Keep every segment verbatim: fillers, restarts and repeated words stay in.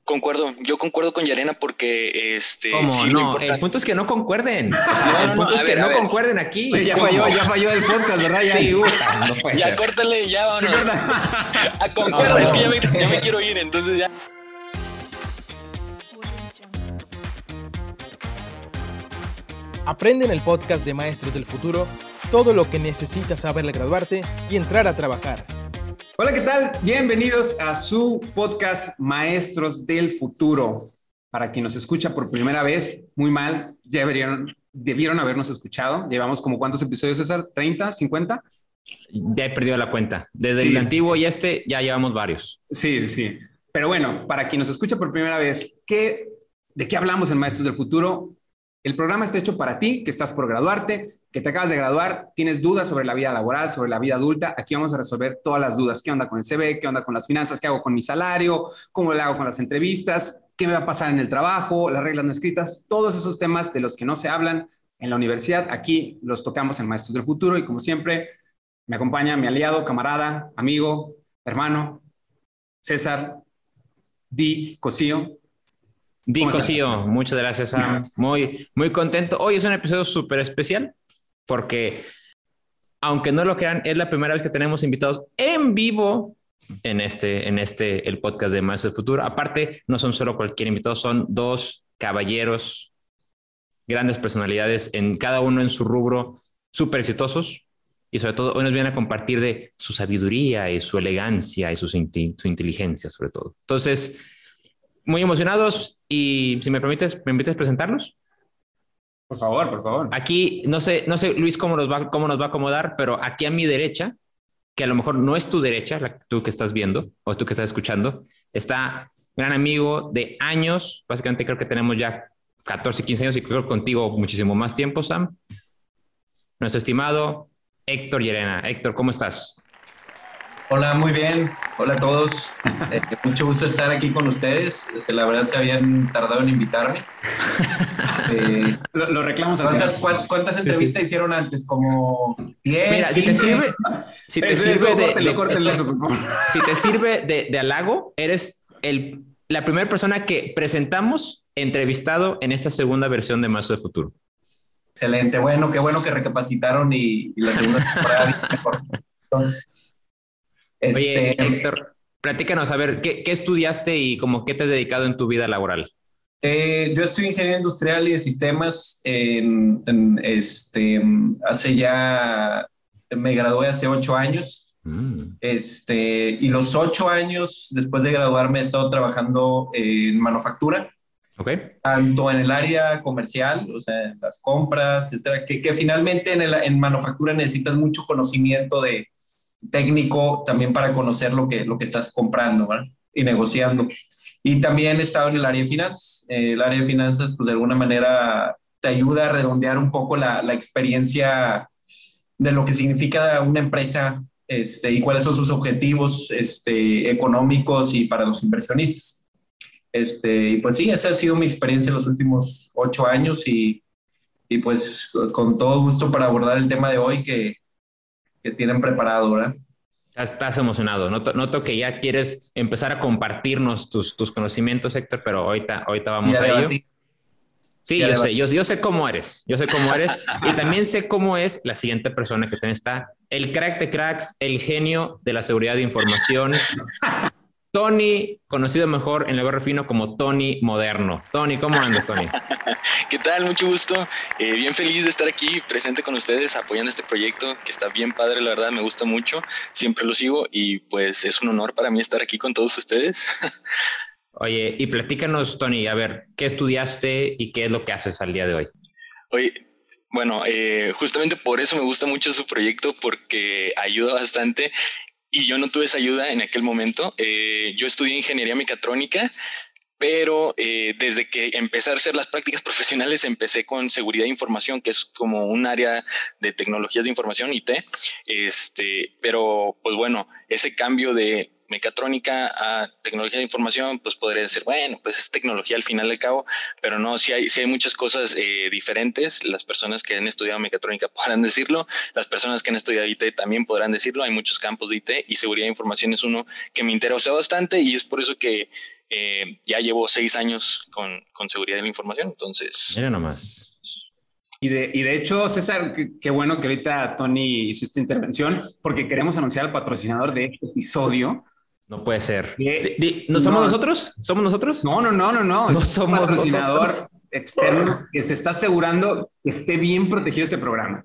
Concuerdo, yo concuerdo con Yarena porque este. ¿Cómo? Sí, No, importante... el punto es que no concuerden. No, el no, punto no, es ver, que no concuerden aquí. Oye, ya falló, ya falló el podcast, ¿verdad? Ya. Sí, puta, no puede ya ser. Córtale, ya vámonos. A concuerdo, No, es no. que ya me, ya me quiero ir, entonces ya. Aprende en el podcast de Maestros del Futuro todo lo que necesitas saber al graduarte y entrar a trabajar. Hola, ¿qué tal? Bienvenidos a su podcast Maestros del Futuro. Para quien nos escucha por primera vez, muy mal, ya deberían, debieron habernos escuchado. Llevamos como ¿cuántos episodios, César? ¿treinta? ¿cincuenta? Ya he perdido la cuenta. Desde Sí, el antiguo sí. y este ya llevamos varios. Sí, sí, sí. Pero bueno, para quien nos escucha por primera vez, ¿qué, ¿de qué hablamos en Maestros del Futuro? El programa está hecho para ti, que estás por graduarte, que te acabas de graduar, tienes dudas sobre la vida laboral, sobre la vida adulta. Aquí vamos a resolver todas las dudas. ¿Qué onda con el C V? ¿Qué onda con las finanzas? ¿Qué hago con mi salario? ¿Cómo le hago con las entrevistas? ¿Qué me va a pasar en el trabajo? ¿Las reglas no escritas? Todos esos temas de los que no se hablan en la universidad, aquí los tocamos en Maestros del Futuro y como siempre me acompaña mi aliado, camarada, amigo, hermano, César Di Cosío. Di Cosío, muchas gracias, Sam. Muy, muy contento. Hoy es un episodio súper especial porque, aunque no lo crean, es la primera vez que tenemos invitados en vivo en este, en este, el podcast de Maestros del Futuro. Aparte, no son solo cualquier invitado, son dos caballeros, grandes personalidades, en cada uno en su rubro, súper exitosos. Y sobre todo, hoy nos vienen a compartir de su sabiduría y su elegancia y su, su inteligencia, sobre todo. Entonces, muy emocionados y si me permites, ¿me permites presentarlos? Por favor, por favor. Aquí, no sé, no sé, Luis, cómo nos va, cómo nos va a acomodar, pero aquí a mi derecha, que a lo mejor no es tu derecha, la, tú que estás viendo o tú que estás escuchando, está un gran amigo de años, básicamente creo que tenemos ya catorce, quince años y creo que contigo muchísimo más tiempo, Sam. Nuestro estimado Héctor Llerena. Héctor, ¿cómo estás? Hola, muy bien. Hola a todos. Eh, mucho gusto estar aquí con ustedes. La verdad se habían tardado en invitarme. Eh, lo, lo reclamos. ¿Cuántas, cuántas, ¿Cuántas entrevistas sí, sí. hicieron antes? ¿Como diez? Mira, si te sirve, si te sirve de, de, córtenle eso, por favor. Si te sirve de, de halago, eres el, la primera persona que presentamos entrevistado en esta segunda versión de Maestros del Futuro. Excelente. Bueno, qué bueno que recapacitaron y, y la segunda temporada mejor. Entonces, Oye, este, Héctor, platícanos, a ver, ¿qué, ¿qué estudiaste y cómo qué te has dedicado en tu vida laboral? Eh, yo estudié Ingeniería Industrial y de Sistemas. En, en, este, hace ya, me gradué hace ocho años. Mm. Este, y los ocho años después de graduarme he estado trabajando en manufactura. Okay. Tanto en el área comercial, o sea, en las compras, etcétera, que, que finalmente en, el, en manufactura necesitas mucho conocimiento de técnico también para conocer lo que, lo que estás comprando, ¿verdad? Y negociando. Y también he estado en el área de finanzas. Eh, el área de finanzas, pues de alguna manera te ayuda a redondear un poco la, la experiencia de lo que significa una empresa este, y cuáles son sus objetivos este, económicos y para los inversionistas. Este, y pues sí, esa ha sido mi experiencia en los últimos ocho años y, y pues con todo gusto para abordar el tema de hoy que, que tienen preparado, ¿verdad? Estás emocionado, noto, noto que ya quieres empezar a compartirnos tus, tus conocimientos, Héctor, pero ahorita, ahorita vamos a, a ello. Sí, yo sé, yo, yo sé cómo eres, yo sé cómo eres y también sé cómo es la siguiente persona que también está, el crack de cracks, el genio de la seguridad de información, Tony, conocido mejor en el barrio fino como Tony Moderno. Tony, ¿cómo andas, Tony? ¿Qué tal? Mucho gusto. Eh, bien feliz de estar aquí presente con ustedes, apoyando este proyecto que está bien padre, la verdad, me gusta mucho. Siempre lo sigo y pues es un honor para mí estar aquí con todos ustedes. Oye, y platícanos, Tony, a ver, ¿qué estudiaste y qué es lo que haces al día de hoy? Oye, bueno, eh, justamente por eso me gusta mucho su proyecto, porque ayuda bastante. Y yo no tuve esa ayuda en aquel momento. Eh, yo estudié ingeniería mecatrónica, pero eh, desde que empecé a hacer las prácticas profesionales empecé con seguridad de información, que es como un área de tecnologías de información, I T. Este, pero pues bueno, ese cambio de mecatrónica a tecnología de información, pues podría decir, bueno, pues es tecnología al final del cabo, pero no, sí hay, sí hay muchas cosas eh, diferentes. Las personas que han estudiado mecatrónica podrán decirlo, las personas que han estudiado I T también podrán decirlo. Hay muchos campos de I T y seguridad de información es uno que me interesó bastante y es por eso que Eh, ya llevo seis años con, con seguridad de la información, entonces... Mira nomás. Y de, y de hecho, César, qué, qué bueno que ahorita Tony hizo esta intervención, porque queremos anunciar al patrocinador de este episodio. No puede ser. De, ¿De, de, ¿No somos no, nosotros? ¿Somos nosotros? No, no, no, no, no. No es somos un patrocinador nosotros. externo que se está asegurando que esté bien protegido este programa.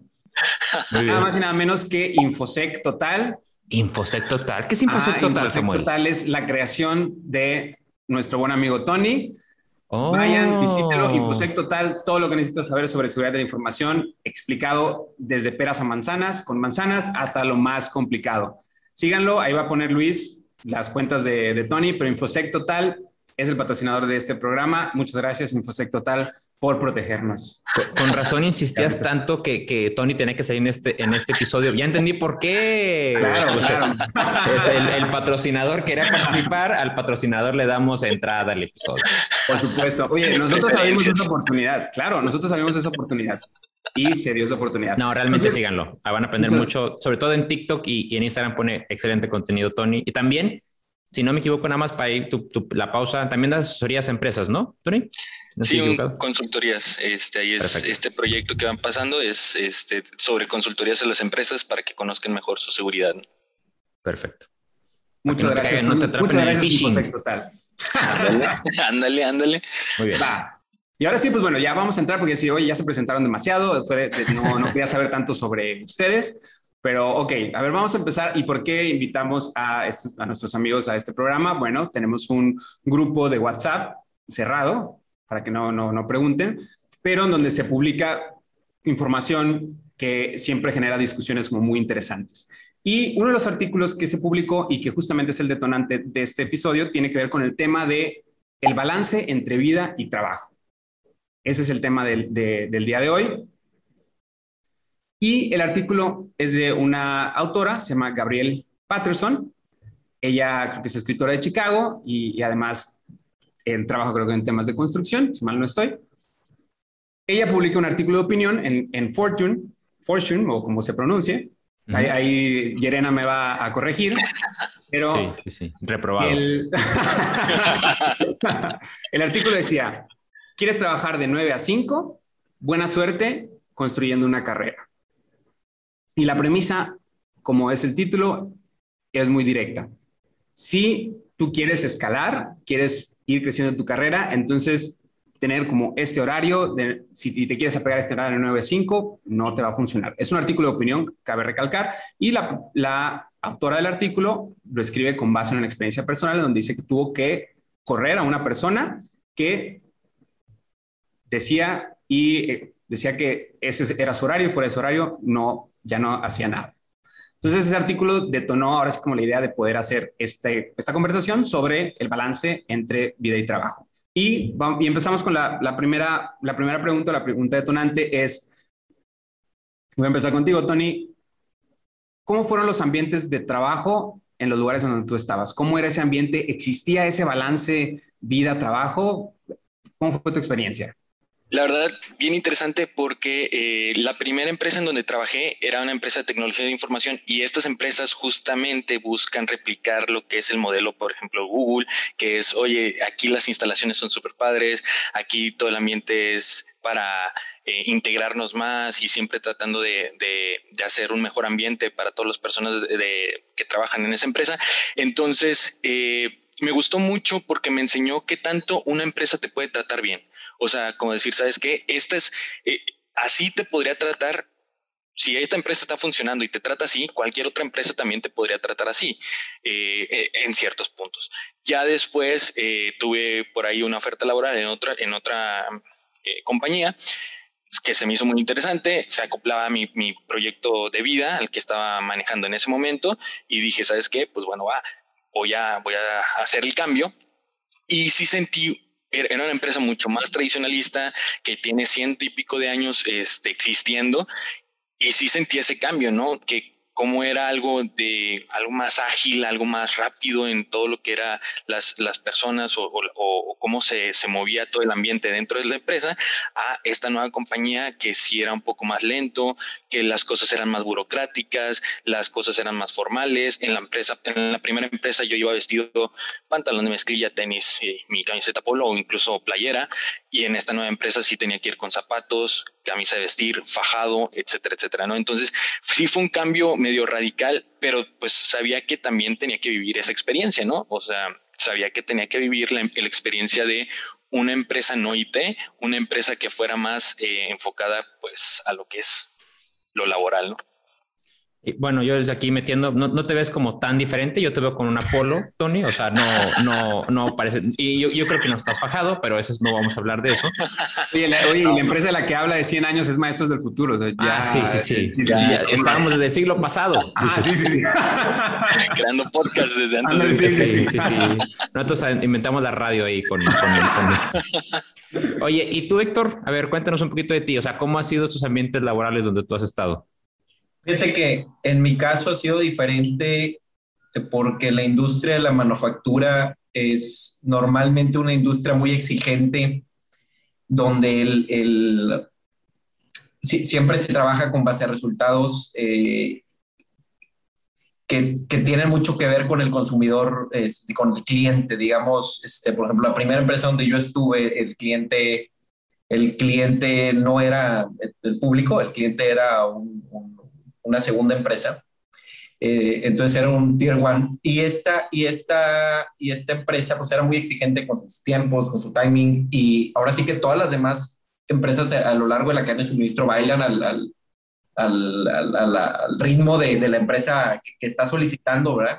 Nada más y nada menos que Infosec Total. Infosec Total. ¿Qué es Infosec ah, Total, Infosec Samuel? Total es la creación de nuestro buen amigo Tony. Oh. Vayan, visítenlo, Infosec Total, todo lo que necesitas saber sobre seguridad de la información, explicado desde peras a manzanas, con manzanas, hasta lo más complicado. Síganlo, ahí va a poner Luis las cuentas de, de Tony, pero Infosec Total es el patrocinador de este programa. Muchas gracias, Infosec Total, por protegernos. Con, con razón insistías tanto que, que Tony tenía que salir en este, en este episodio. Ya entendí por qué. Claro, pues, claro. Es el, el patrocinador quería participar, al patrocinador le damos entrada al episodio. Por supuesto. Oye, nosotros sabemos esa oportunidad. Claro, nosotros sabemos esa oportunidad. Y se dio esa oportunidad. No, realmente Entonces, síganlo. Van a aprender entonces, mucho, sobre todo en TikTok y, y en Instagram pone excelente contenido, Tony. Y también, si no me equivoco, nada más para ir tu, tu, la pausa, también das asesorías a empresas, ¿no, Tony? ¿No sí, un, consultorías. Este, ahí es Perfecto. Este proyecto que van pasando es este, sobre consultorías a las empresas para que conozcan mejor su seguridad. Perfecto. Muchas no gracias. Te caigan, no te Muchas gracias, phishing. Total. Ándale, ándale, ándale. Muy bien. Va. Y ahora sí, pues bueno, ya vamos a entrar porque si hoy ya se presentaron demasiado, fue de, de, no, no quería saber tanto sobre ustedes, pero ok, a ver, vamos a empezar. ¿Y por qué invitamos a, estos, a nuestros amigos a este programa? Bueno, tenemos un grupo de WhatsApp cerrado, para que no, no, no pregunten, pero en donde se publica información que siempre genera discusiones como muy interesantes. Y uno de los artículos que se publicó y que justamente es el detonante de este episodio tiene que ver con el tema de el balance entre vida y trabajo. Ese es el tema del, de, del día de hoy. Y el artículo es de una autora, se llama Gabrielle Patterson. Ella creo que es escritora de Chicago y, y además el trabajo creo que en temas de construcción, si mal no estoy. Ella publica un artículo de opinión en, en Fortune, Fortune o como se pronuncie. Uh-huh. Ahí, ahí Yerena me va a corregir, pero... Sí, sí, sí. Reprobado. El, el artículo decía, ¿quieres trabajar de nueve a cinco? Buena suerte construyendo una carrera. Y la premisa, como es el título, es muy directa. Si tú quieres escalar, quieres ir creciendo en tu carrera, entonces tener como este horario, de, si te quieres apegar a este horario de nueve a cinco, no te va a funcionar. Es un artículo de opinión, cabe recalcar, y la, la autora del artículo lo escribe con base en una experiencia personal donde dice que tuvo que correr a una persona que decía, y, eh, decía que ese era su horario, fuera de su horario, no, ya no hacía nada. Entonces ese artículo detonó ahora es como la idea de poder hacer este, esta conversación sobre el balance entre vida y trabajo. Y, vamos, y empezamos con la, la, primera, la primera pregunta, la pregunta detonante es, voy a empezar contigo, Tony. ¿Cómo fueron los ambientes de trabajo en los lugares donde tú estabas? ¿Cómo era ese ambiente? ¿Existía ese balance vida-trabajo? ¿Cómo fue tu experiencia? La verdad, bien interesante porque eh, la primera empresa en donde trabajé era una empresa de tecnología de información y estas empresas justamente buscan replicar lo que es el modelo, por ejemplo, Google, que es, oye, aquí las instalaciones son súper padres, aquí todo el ambiente es para eh, integrarnos más y siempre tratando de, de, de hacer un mejor ambiente para todas las personas de, de, que trabajan en esa empresa. Entonces, eh, me gustó mucho porque me enseñó qué tanto una empresa te puede tratar bien. O sea, como decir, ¿sabes qué? Esta es, eh, así te podría tratar, si esta empresa está funcionando y te trata así, cualquier otra empresa también te podría tratar así, eh, eh, en ciertos puntos. Ya después eh, tuve por ahí una oferta laboral en otra, en otra eh, compañía que se me hizo muy interesante, se acoplaba a mi, mi proyecto de vida al que estaba manejando en ese momento y dije, ¿sabes qué? Pues bueno, va, voy a, voy a hacer el cambio y sí sentí. Era una empresa mucho más tradicionalista que tiene ciento y pico de años este, existiendo y sí sentí ese cambio, ¿no? Que como era algo de algo más ágil, algo más rápido en todo lo que era las, las personas o, o, o cómo se, se movía todo el ambiente dentro de la empresa, a esta nueva compañía que sí era un poco más lento, que las cosas eran más burocráticas, las cosas eran más formales. En la empresa, en la primera empresa yo iba vestido pantalón de mezclilla, tenis, y mi camiseta polo o incluso playera, y en esta nueva empresa sí tenía que ir con zapatos, camisa de vestir, fajado, etcétera, etcétera, ¿no? Entonces sí fue un cambio medio radical, pero pues sabía que también tenía que vivir esa experiencia, ¿no? O sea, sabía que tenía que vivir la, la experiencia de una empresa no I T, una empresa que fuera más eh, enfocada pues a lo que es lo laboral, ¿no? Y bueno, yo desde aquí metiendo, no, no te ves como tan diferente, yo te veo con una polo, Tony, o sea, no, no, no parece, y yo, yo creo que no estás fajado, pero eso es, no vamos a hablar de eso. Oye, la, oye, la empresa de la que habla de cien años es Maestros del Futuro. O sea, ya, ah, sí, sí, sí, sí, sí, ya, sí, ya, estábamos desde el siglo pasado. Ah, sí, sí, sí. Creando podcast desde antes. Ah, de sí, Sí, sí, sí, sí, sí. Nosotros inventamos la radio ahí con, con, con esto. Oye, y tú, Héctor, a ver, cuéntanos un poquito de ti, o sea, ¿cómo han sido tus ambientes laborales donde tú has estado? Fíjate que en mi caso ha sido diferente porque la industria de la manufactura es normalmente una industria muy exigente, donde el, el, si, siempre se trabaja con base a resultados eh, que, que tienen mucho que ver con el consumidor, este, con el cliente. Digamos, este, por ejemplo, la primera empresa donde yo estuve, el cliente, el cliente no era el público, el cliente era un, un, una segunda empresa. Eh, entonces era un tier one y esta, y, esta, y esta empresa pues era muy exigente con sus tiempos, con su timing, y ahora sí que todas las demás empresas a, a lo largo de la cadena de suministro bailan al, al, al, al, al, al ritmo de, de la empresa que, que está solicitando, ¿verdad?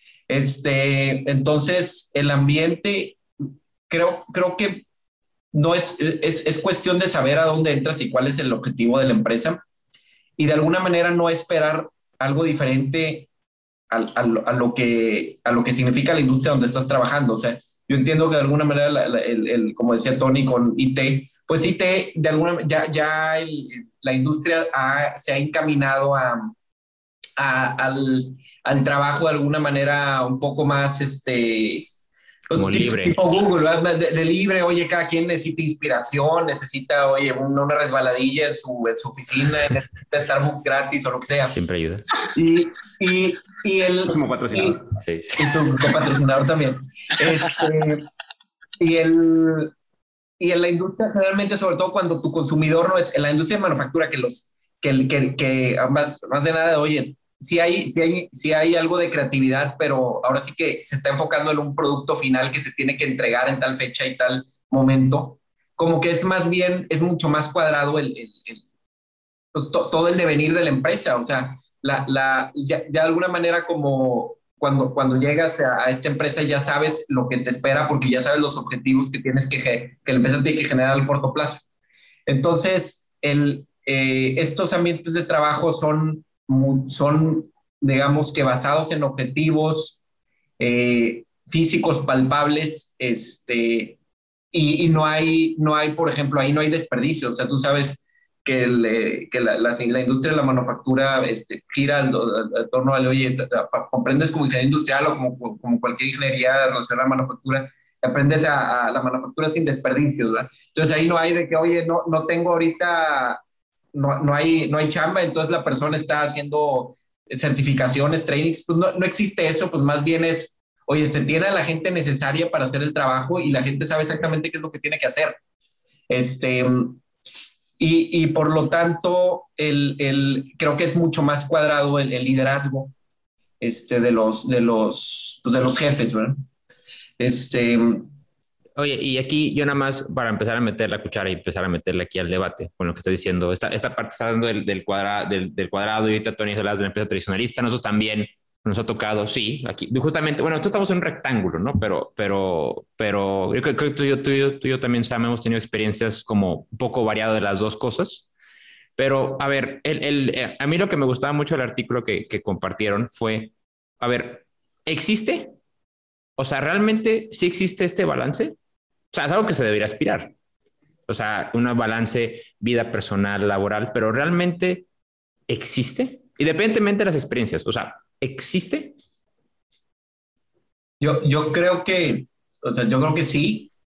Este, entonces el ambiente creo, creo que no es, es, es cuestión de saber a dónde entras y cuál es el objetivo de la empresa, y de alguna manera no esperar algo diferente a, a, a, lo que, a lo que significa la industria donde estás trabajando. O sea, yo entiendo que de alguna manera, la, la, el, el, como decía Tony con I T, pues I T, de alguna ya, ya el, la industria ha, se ha encaminado a, a, al, al trabajo de alguna manera un poco más, este, como pues, libre. Tipo Google, de, de libre. Oye, cada quien necesita inspiración, necesita, oye, una, una resbaladilla en su, en su oficina, necesita Starbucks gratis o lo que sea. Siempre ayuda. Y, y, y el... Como patrocinador. Y, sí, sí. y tu patrocinador también. Este, y, el, y en la industria generalmente, sobre todo cuando tu consumidor no es... En la industria de manufactura, que los... Que, que, que más, más de nada, oye... Sí hay, sí, hay, sí hay algo de creatividad, pero ahora sí que se está enfocando en un producto final que se tiene que entregar en tal fecha y tal momento. Como que es más bien, es mucho más cuadrado el, el, el pues to, todo el devenir de la empresa. O sea, la, la, ya, ya de alguna manera como cuando, cuando llegas a, a esta empresa ya sabes lo que te espera, porque ya sabes los objetivos que tienes que, que la empresa tiene que generar al corto plazo. Entonces, el, eh, estos ambientes de trabajo son... son, digamos que basados en objetivos eh, físicos palpables, este, y, y no hay, no hay, por ejemplo, ahí no hay desperdicio. O sea, tú sabes que, el, que la, la, la industria de la manufactura este, gira en torno al, oye, comprendes como ingeniería industrial o como, como cualquier ingeniería relacionada a la manufactura, aprendes a, a la manufactura sin desperdicios, ¿verdad? Entonces ahí no hay de que, oye, no, no tengo ahorita... No, no, hay, no hay chamba, entonces la persona está haciendo certificaciones, trainings. Pues no, no existe eso, pues más bien es, oye, se tiene a la gente necesaria para hacer el trabajo y la gente sabe exactamente qué es lo que tiene que hacer. Este, y, y por lo tanto, el, el, creo que es mucho más cuadrado el, el liderazgo este, de, los, de, los, pues de los jefes, ¿verdad? Este... Oye, y aquí yo nada más para empezar a meter la cuchara y empezar a meterle aquí al debate con lo que estás diciendo. Esta, esta parte está dando del, del, cuadra, del, del cuadrado y ahorita Tony hablas de la empresa tradicionalista. Nosotros también nos ha tocado, sí, aquí justamente, bueno, nosotros estamos en un rectángulo, ¿no? Pero, pero, pero yo creo que tú y yo, tú, tú y yo también, Sam, hemos tenido experiencias como un poco variado de las dos cosas. Pero, a ver, el, el, a mí lo que me gustaba mucho del artículo que, que compartieron fue, a ver, ¿existe? O sea, ¿realmente sí existe este balance? O sea, es algo que se debería aspirar. O sea, un balance vida personal, laboral, pero ¿realmente existe? Independientemente de las experiencias. O sea, ¿existe? Yo, yo creo que, o sea, yo creo que sí.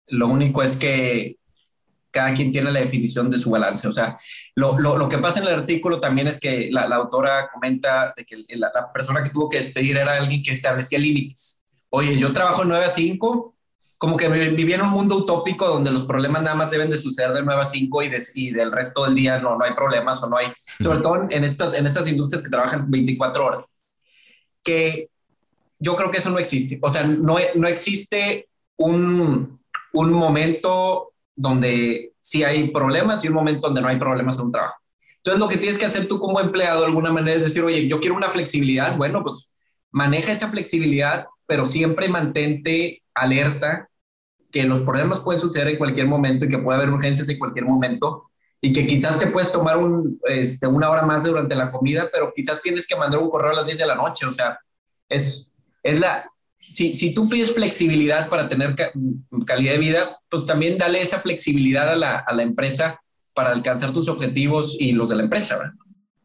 Lo único es que cada quien tiene la definición de su balance. O sea, lo, lo, lo que pasa en el artículo también es que la, la autora comenta de que la, la persona que tuvo que despedir era alguien que establecía límites. Oye, yo trabajo de nueve a cinco, como que vivía en un mundo utópico donde los problemas nada más deben de suceder de nueve a cinco y, de, y del resto del día no, no hay problemas o no hay, sobre todo en estas, en estas industrias que trabajan veinticuatro horas. Que yo creo que eso no existe. O sea, no, no existe un, un momento donde sí hay problemas y un momento donde no hay problemas en un trabajo. Entonces, lo que tienes que hacer tú como empleado de alguna manera es decir, oye, yo quiero una flexibilidad. Bueno, pues maneja esa flexibilidad, pero siempre mantente alerta que los problemas pueden suceder en cualquier momento y que puede haber urgencias en cualquier momento y que quizás te puedes tomar un, este, una hora más durante la comida, pero quizás tienes que mandar un correo a las diez de la noche. O sea, es, es la... Si, si tú pides flexibilidad para tener ca calidad de vida, pues también dale esa flexibilidad a la, a la empresa para alcanzar tus objetivos y los de la empresa, ¿verdad?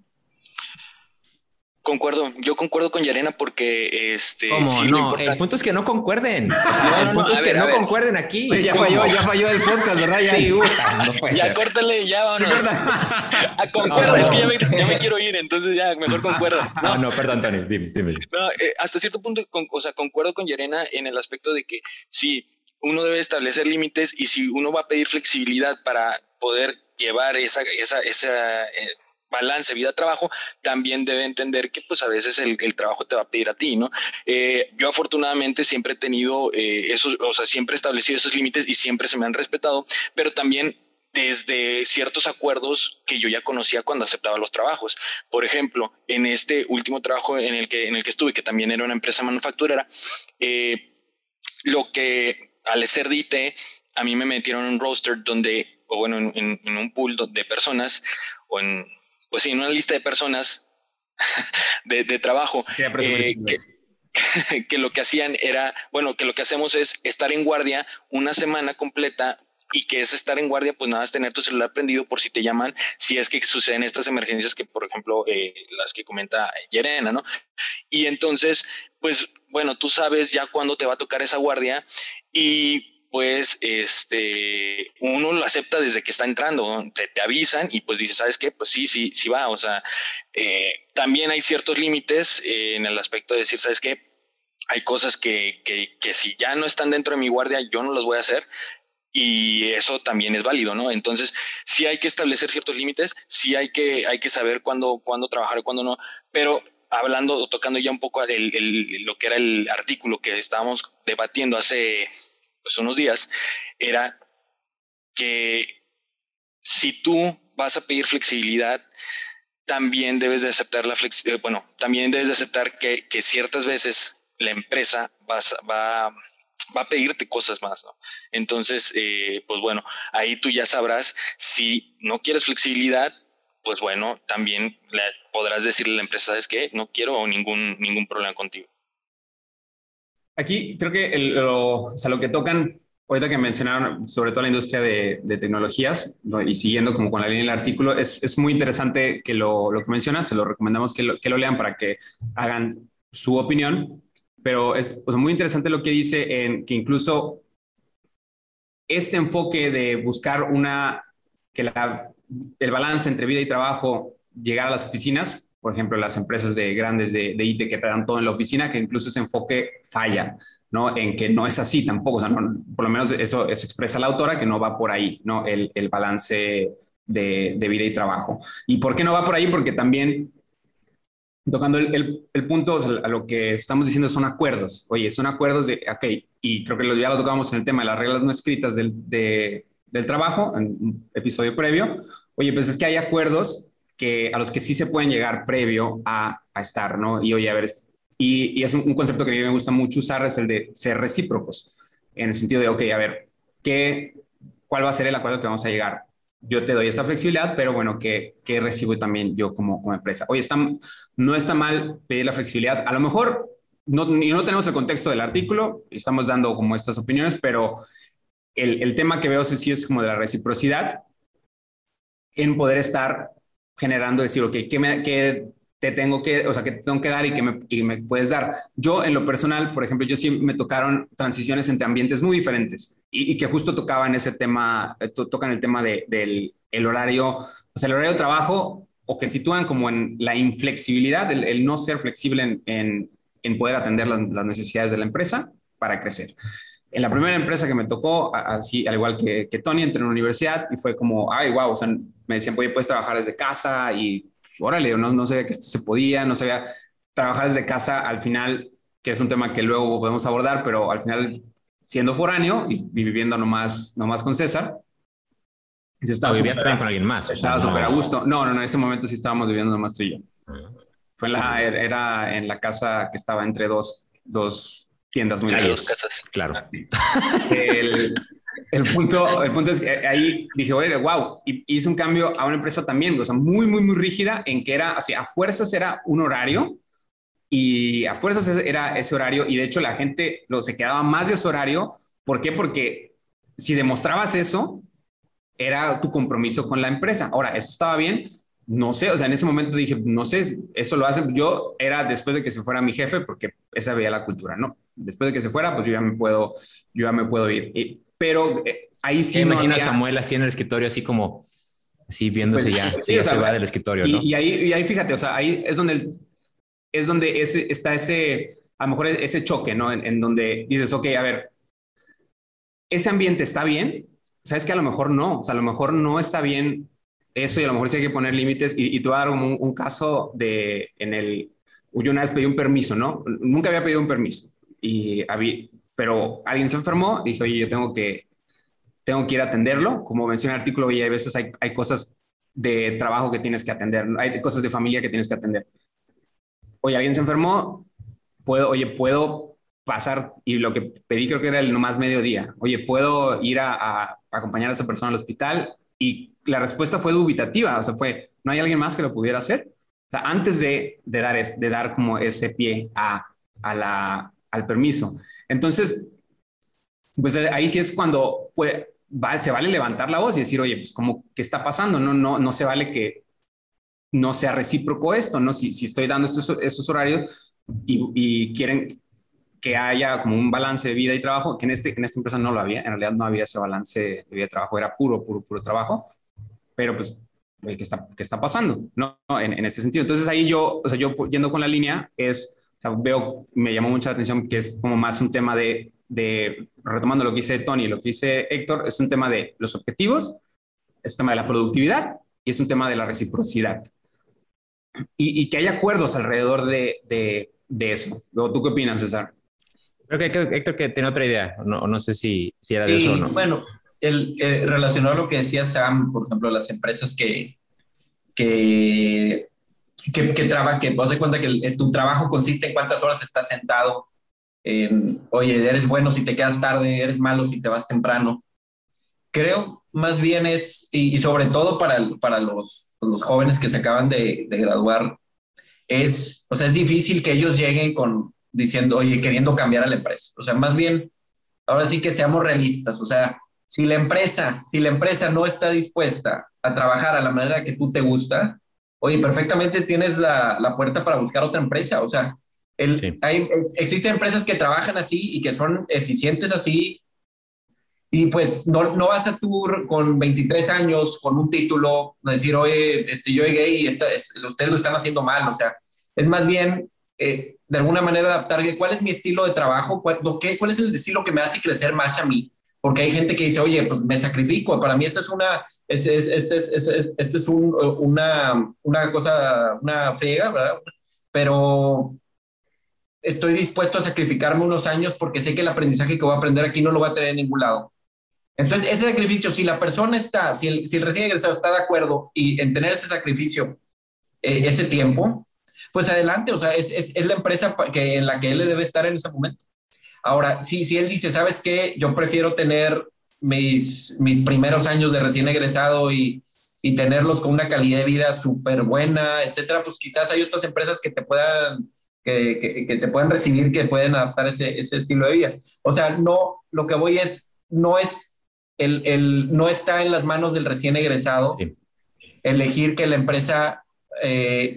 Concuerdo, yo concuerdo con Yarena porque este. ¿Cómo? Sí, no, importante... el punto es que no concuerden. No, no, el punto no, es a que ver, no ver. concuerden aquí. Oye, ya falló, ya falló el podcast, ¿verdad? Ya, sí, puta, no puede ya ser. Córtale, ya vámonos. A concuerda, No, no, es que ya no. me, ya me quiero ir, entonces ya mejor concuerda. No, no, perdón, Tony, dime, dime. No, eh, hasta cierto punto, con, o sea, concuerdo con Yarena en el aspecto de que sí, uno debe establecer límites y si uno va a pedir flexibilidad para poder llevar esa, esa, esa eh, balance vida-trabajo, también debe entender que pues a veces el, el trabajo te va a pedir a ti, ¿no? Eh, yo afortunadamente siempre he tenido eh, esos, o sea, siempre he establecido esos límites y siempre se me han respetado, pero también desde ciertos acuerdos que yo ya conocía cuando aceptaba los trabajos. Por ejemplo, en este último trabajo en el que, en el que estuve, que también era una empresa manufacturera, eh, lo que al ser de I T, a mí me metieron en un roster donde, o bueno, en, en, en un pool de personas, o en, pues sí, en una lista de personas de, de trabajo, eh, que, que lo que hacían era, bueno, que lo que hacemos es estar en guardia una semana completa y que es estar en guardia, pues nada, es tener tu celular prendido por si te llaman, si es que suceden estas emergencias que, por ejemplo, eh, las que comenta Yarena, ¿no? Y entonces, pues, bueno, tú sabes ya cuándo te va a tocar esa guardia y pues este, uno lo acepta desde que está entrando, te, te avisan y pues dices, ¿sabes qué? Pues sí, sí, sí va, o sea, eh, también hay ciertos límites eh, en el aspecto de decir, ¿sabes qué? Hay cosas que, que, que si ya no están dentro de mi guardia, yo no las voy a hacer. Y eso también es válido, ¿no? Entonces, sí hay que establecer ciertos límites, sí hay que, hay que saber cuándo, cuándo trabajar y cuándo no, pero hablando o tocando ya un poco el, el, lo que era el artículo que estábamos debatiendo hace pues, unos días, era que si tú vas a pedir flexibilidad, también debes de aceptar la flexibilidad, bueno, también debes de aceptar que, que ciertas veces la empresa va, va va a pedirte cosas más, ¿no? Entonces, eh, pues bueno, ahí tú ya sabrás si no quieres flexibilidad, pues bueno, también le podrás decirle a la empresa, ¿sabes qué? No quiero ningún, ningún problema contigo. Aquí creo que el, lo, o sea, lo que tocan, ahorita que mencionaron sobre todo la industria de, de tecnologías, ¿no? Y siguiendo como con la línea del artículo, es, es muy interesante que lo, lo que mencionas, se lo recomendamos que lo, que lo lean para que hagan su opinión. Pero es pues, muy interesante lo que dice en que incluso este enfoque de buscar una, que la, el balance entre vida y trabajo, llegar a las oficinas, por ejemplo, las empresas de grandes de, de I T que te dan todo en la oficina, que incluso ese enfoque falla, ¿no? En que no es así tampoco, o sea, no, por lo menos eso, eso expresa la autora, que no va por ahí, ¿no? El, el balance de, de vida y trabajo. ¿Y por qué no va por ahí? Porque también... Tocando el, el, el punto, o sea, a lo que estamos diciendo son acuerdos. Oye, son acuerdos de, ok, y creo que lo, ya lo tocamos en el tema de las reglas no escritas del, de, del trabajo, en un episodio previo. Oye, pues es que hay acuerdos que, a los que sí se pueden llegar previo a, a estar, ¿no? Y oye, a ver, y, y es un, un concepto que a mí me gusta mucho usar, es el de ser recíprocos, en el sentido de, ok, a ver, ¿qué, ¿cuál va a ser el acuerdo que vamos a llegar? Yo te doy esa flexibilidad, pero bueno, ¿qué, qué recibo también yo como, como empresa? Oye, está, no está mal pedir la flexibilidad. A lo mejor no, no tenemos el contexto del artículo, estamos dando como estas opiniones, pero el, el tema que veo sí es como de la reciprocidad en poder estar generando, decir, ok, ¿qué, me, qué te tengo que, o sea, que te tengo que dar y que me, y me puedes dar. Yo, en lo personal, por ejemplo, yo sí me tocaron transiciones entre ambientes muy diferentes y, y que justo tocaban ese tema, to, tocan el tema de, del el horario, o sea, el horario de trabajo, o que sitúan como en la inflexibilidad, el, el no ser flexible en, en, en poder atender las, las necesidades de la empresa para crecer. En la primera empresa que me tocó, así, al igual que, que Tony, entré en la universidad y fue como, ay, wow, o sea, me decían, oye, puedes trabajar desde casa y órale, no, no sabía que esto se podía, no sabía trabajar desde casa al final, que es un tema que luego podemos abordar, pero al final, siendo foráneo y, y viviendo nomás, nomás con César. Si estaba, no, vivías también con alguien más. Estaba súper no. a gusto. No, no, no, en ese momento sí estábamos viviendo nomás tú y yo. Uh-huh. Fue en la, era en la casa que estaba entre dos, dos tiendas muy grandes. Dos casas. Claro. El, El punto, el punto es que ahí dije, oye, wow, y hice un cambio a una empresa también, o sea, muy, muy, muy rígida en que era, así, a fuerzas era un horario y a fuerzas era ese horario y de hecho la gente lo, se quedaba más de ese horario. ¿Por qué? Porque si demostrabas eso, era tu compromiso con la empresa. Ahora, ¿eso estaba bien? No sé, o sea, en ese momento dije, no sé, eso lo hacen. Yo era después de que se fuera mi jefe, porque esa veía la cultura, ¿no? Después de que se fuera, pues yo ya me puedo, yo ya me puedo ir. Y, pero eh, ahí sí. Me no imagino había... a Samuel así en el escritorio, así como, así viéndose pues, ya, sí, sí, ya o sea, se va del escritorio, ¿no? Y, y, ahí, y ahí, fíjate, o sea, ahí es donde, el, es donde ese, está ese, a lo mejor ese choque, ¿no? En, en donde dices, ok, a ver, ese ambiente está bien, sabes que a lo mejor no, o sea, a lo mejor no está bien eso y a lo mejor sí hay que poner límites y, y te voy a dar un, un caso de, en el, yo una vez pedí un permiso, ¿no? Nunca había pedido un permiso, y había, pero alguien se enfermó, dije, oye, yo tengo que, tengo que ir a atenderlo, como menciona el artículo, y hay veces hay, hay cosas de trabajo que tienes que atender, hay cosas de familia que tienes que atender. Oye, alguien se enfermó, puedo, oye, puedo pasar, y lo que pedí creo que era el nomás mediodía, oye, ¿puedo ir a, a acompañar a esa persona al hospital? Y la respuesta fue dubitativa, o sea, fue, ¿no hay alguien más que lo pudiera hacer? O sea, antes de, de, dar, es, de dar como ese pie a, a la, al permiso. Entonces, pues ahí sí es cuando puede, va, se vale levantar la voz y decir, oye, pues como, ¿qué está pasando? No, no, no se vale que no sea recíproco esto, ¿no? Si, si estoy dando estos, estos horarios y, y quieren que haya como un balance de vida y trabajo, que en, este, en esta empresa no lo había, en realidad no había ese balance de vida y trabajo, era puro, puro, puro trabajo, pero pues, ¿qué está, qué está pasando? ¿No? En, en este sentido. Entonces ahí yo, o sea, yo yendo con la línea es, o sea, veo, me llamó mucha atención que es como más un tema de, de, retomando lo que dice Tony, lo que dice Héctor, es un tema de los objetivos, es un tema de la productividad y es un tema de la reciprocidad. Y, y que haya acuerdos alrededor de, de, de eso. ¿Tú qué opinas, César? Creo que Héctor que tiene otra idea, no, no sé si, si era de y, eso o no. Bueno, el, el, relacionado a lo que decía Sam, por ejemplo, las empresas que, que, que, que trabajan, que vos de cuenta que el, tu trabajo consiste en cuántas horas estás sentado, en, oye, eres bueno si te quedas tarde, eres malo si te vas temprano. Creo más bien es, y, y sobre todo para, para los, los jóvenes que se acaban de, de graduar, es, o sea, es difícil que ellos lleguen con diciendo, oye, queriendo cambiar a la empresa. O sea, más bien, ahora sí que seamos realistas. O sea, si la empresa, si la empresa no está dispuesta a trabajar a la manera que tú te gusta, oye, perfectamente tienes la, la puerta para buscar otra empresa. O sea, el, sí. hay, existen empresas que trabajan así y que son eficientes así. Y pues no, no vas a tú con veintitrés años, con un título, a decir, oye, este, yo llegué y esta, es, ustedes lo están haciendo mal. O sea, es más bien, eh, de alguna manera, adaptar cuál es mi estilo de trabajo, cuál, ¿qué, cuál es el estilo que me hace crecer más a mí. Porque hay gente que dice, oye, pues me sacrifico. Para mí esta es una, este es, este es, este es, este es un, una, una cosa, una friega, ¿verdad? Pero estoy dispuesto a sacrificarme unos años porque sé que el aprendizaje que voy a aprender aquí no lo voy a tener en ningún lado. Entonces, ese sacrificio, si la persona está, si el, si el recién egresado está de acuerdo y en tener ese sacrificio, eh, ese tiempo, pues adelante, o sea, es, es, es la empresa que, en la que él debe estar en ese momento. Ahora, si, si él dice, ¿sabes qué? Yo prefiero tener mis, mis primeros años de recién egresado y, y tenerlos con una calidad de vida súper buena, etcétera, pues quizás hay otras empresas que te puedan, que, que, que te puedan recibir, que pueden adaptar ese, ese estilo de vida. O sea, no, lo que voy es, no es, el, el, no está en las manos del recién egresado sí. elegir que la empresa... Eh,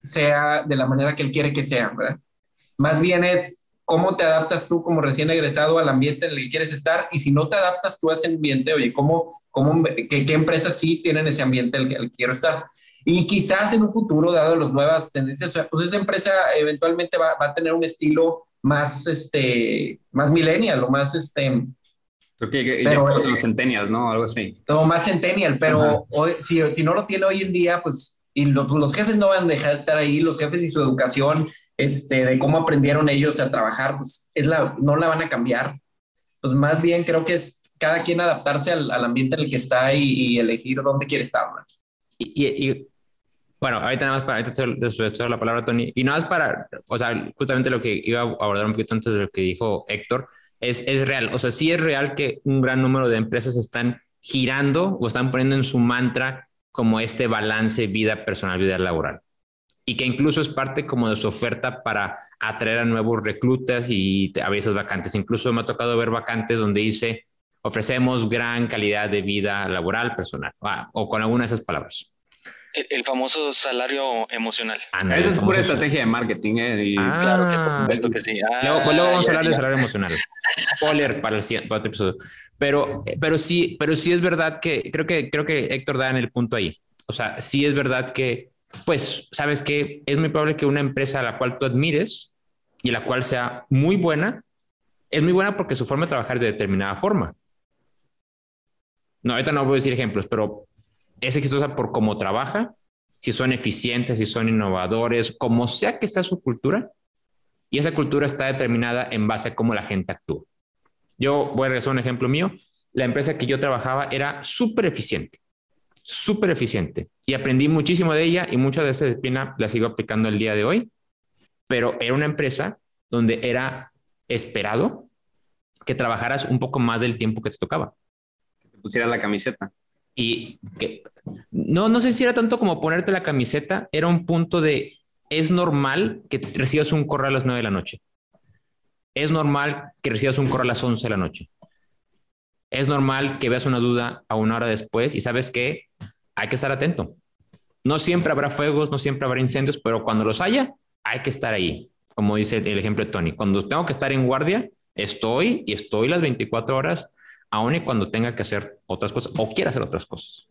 sea de la manera que él quiere que sea, ¿verdad? Más bien es cómo te adaptas tú como recién egresado al ambiente en el que quieres estar, y si no te adaptas tú a ese ambiente, oye, ¿cómo, cómo, qué, qué empresas sí tienen ese ambiente en el, el que quiero estar? Y quizás en un futuro, dado las nuevas tendencias, pues esa empresa eventualmente va, va a tener un estilo más, este, más millennial o más, este... Creo que, que pero, ya los centennials, ¿no? Algo así. No, más centennial, pero hoy, si, si no lo tiene hoy en día, pues, y lo, pues los jefes no van a dejar de estar ahí, los jefes y su educación, este, de cómo aprendieron ellos a trabajar, pues es la, no la van a cambiar. Pues más bien creo que es cada quien adaptarse al, al ambiente en el que está y, y elegir dónde quiere estar, ¿no? Y, y, y bueno, ahorita nada más para, ahorita te doy la palabra, Tony, y nada más para, o sea, justamente lo que iba a abordar un poquito antes de lo que dijo Héctor, es, es real, o sea, sí es real que un gran número de empresas están girando o están poniendo en su mantra como este balance vida personal, vida laboral, y que incluso es parte como de su oferta para atraer a nuevos reclutas y a veces vacantes. Incluso me ha tocado ver vacantes donde dice, ofrecemos gran calidad de vida laboral personal, ah, o con alguna de esas palabras. El, el famoso salario emocional. Ah, no, esa es pura estrategia de marketing. ¿eh? Y... Ah, claro que por supuesto que sí. Ah, luego, pues luego vamos ya, a hablar ya. de salario emocional. Spoiler para el siguiente episodio. Pero, pero, sí, pero sí es verdad que creo, que creo que Héctor da en el punto ahí. O sea, sí es verdad que, pues, sabes que es muy probable que una empresa a la cual tú admires y la cual sea muy buena, es muy buena porque su forma de trabajar es de determinada forma. No, ahorita no voy a decir ejemplos, pero es exitosa por cómo trabaja, si son eficientes, si son innovadores, como sea que sea su cultura, y esa cultura está determinada en base a cómo la gente actúa. Yo voy a regresar a un ejemplo mío. La empresa que yo trabajaba era súper eficiente, súper eficiente, y aprendí muchísimo de ella y mucha de esa disciplina la sigo aplicando el día de hoy, pero era una empresa donde era esperado que trabajaras un poco más del tiempo que te tocaba. Que te pusieras la camiseta. Y que no, no sé si era tanto como ponerte la camiseta, era un punto de, es normal que recibas un correo a las nueve de la noche. Es normal que recibas un correo a las once de la noche. Es normal que veas una duda a una hora después y sabes que hay que estar atento. No siempre habrá fuegos, no siempre habrá incendios, pero cuando los haya, hay que estar ahí. Como dice el ejemplo de Tony, cuando tengo que estar en guardia, estoy y estoy las veinticuatro horas, aun y cuando tenga que hacer otras cosas o quiera hacer otras cosas.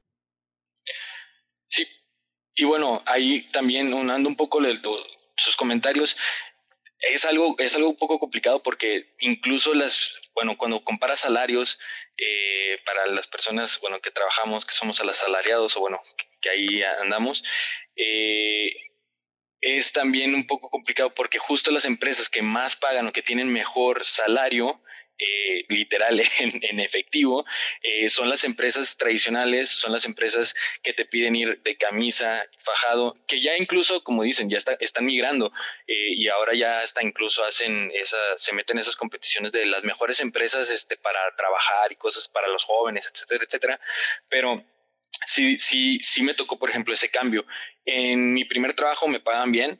Sí, y bueno, ahí también unando un poco le, lo, sus comentarios, es algo, es algo un poco complicado porque incluso las, bueno, cuando comparas salarios eh, para las personas, bueno, que trabajamos, que somos asalariados o bueno, que, que ahí andamos, eh, es también un poco complicado porque justo las empresas que más pagan o que tienen mejor salario, Eh, literal en, en efectivo, eh, son las empresas tradicionales, son las empresas que te piden ir de camisa, fajado, que ya incluso, como dicen, ya está, están migrando eh, y ahora ya hasta incluso hacen esa, se meten esas competiciones de las mejores empresas este, para trabajar y cosas para los jóvenes, etcétera, etcétera, pero sí, sí, sí me tocó, por ejemplo, ese cambio. En mi primer trabajo me pagan bien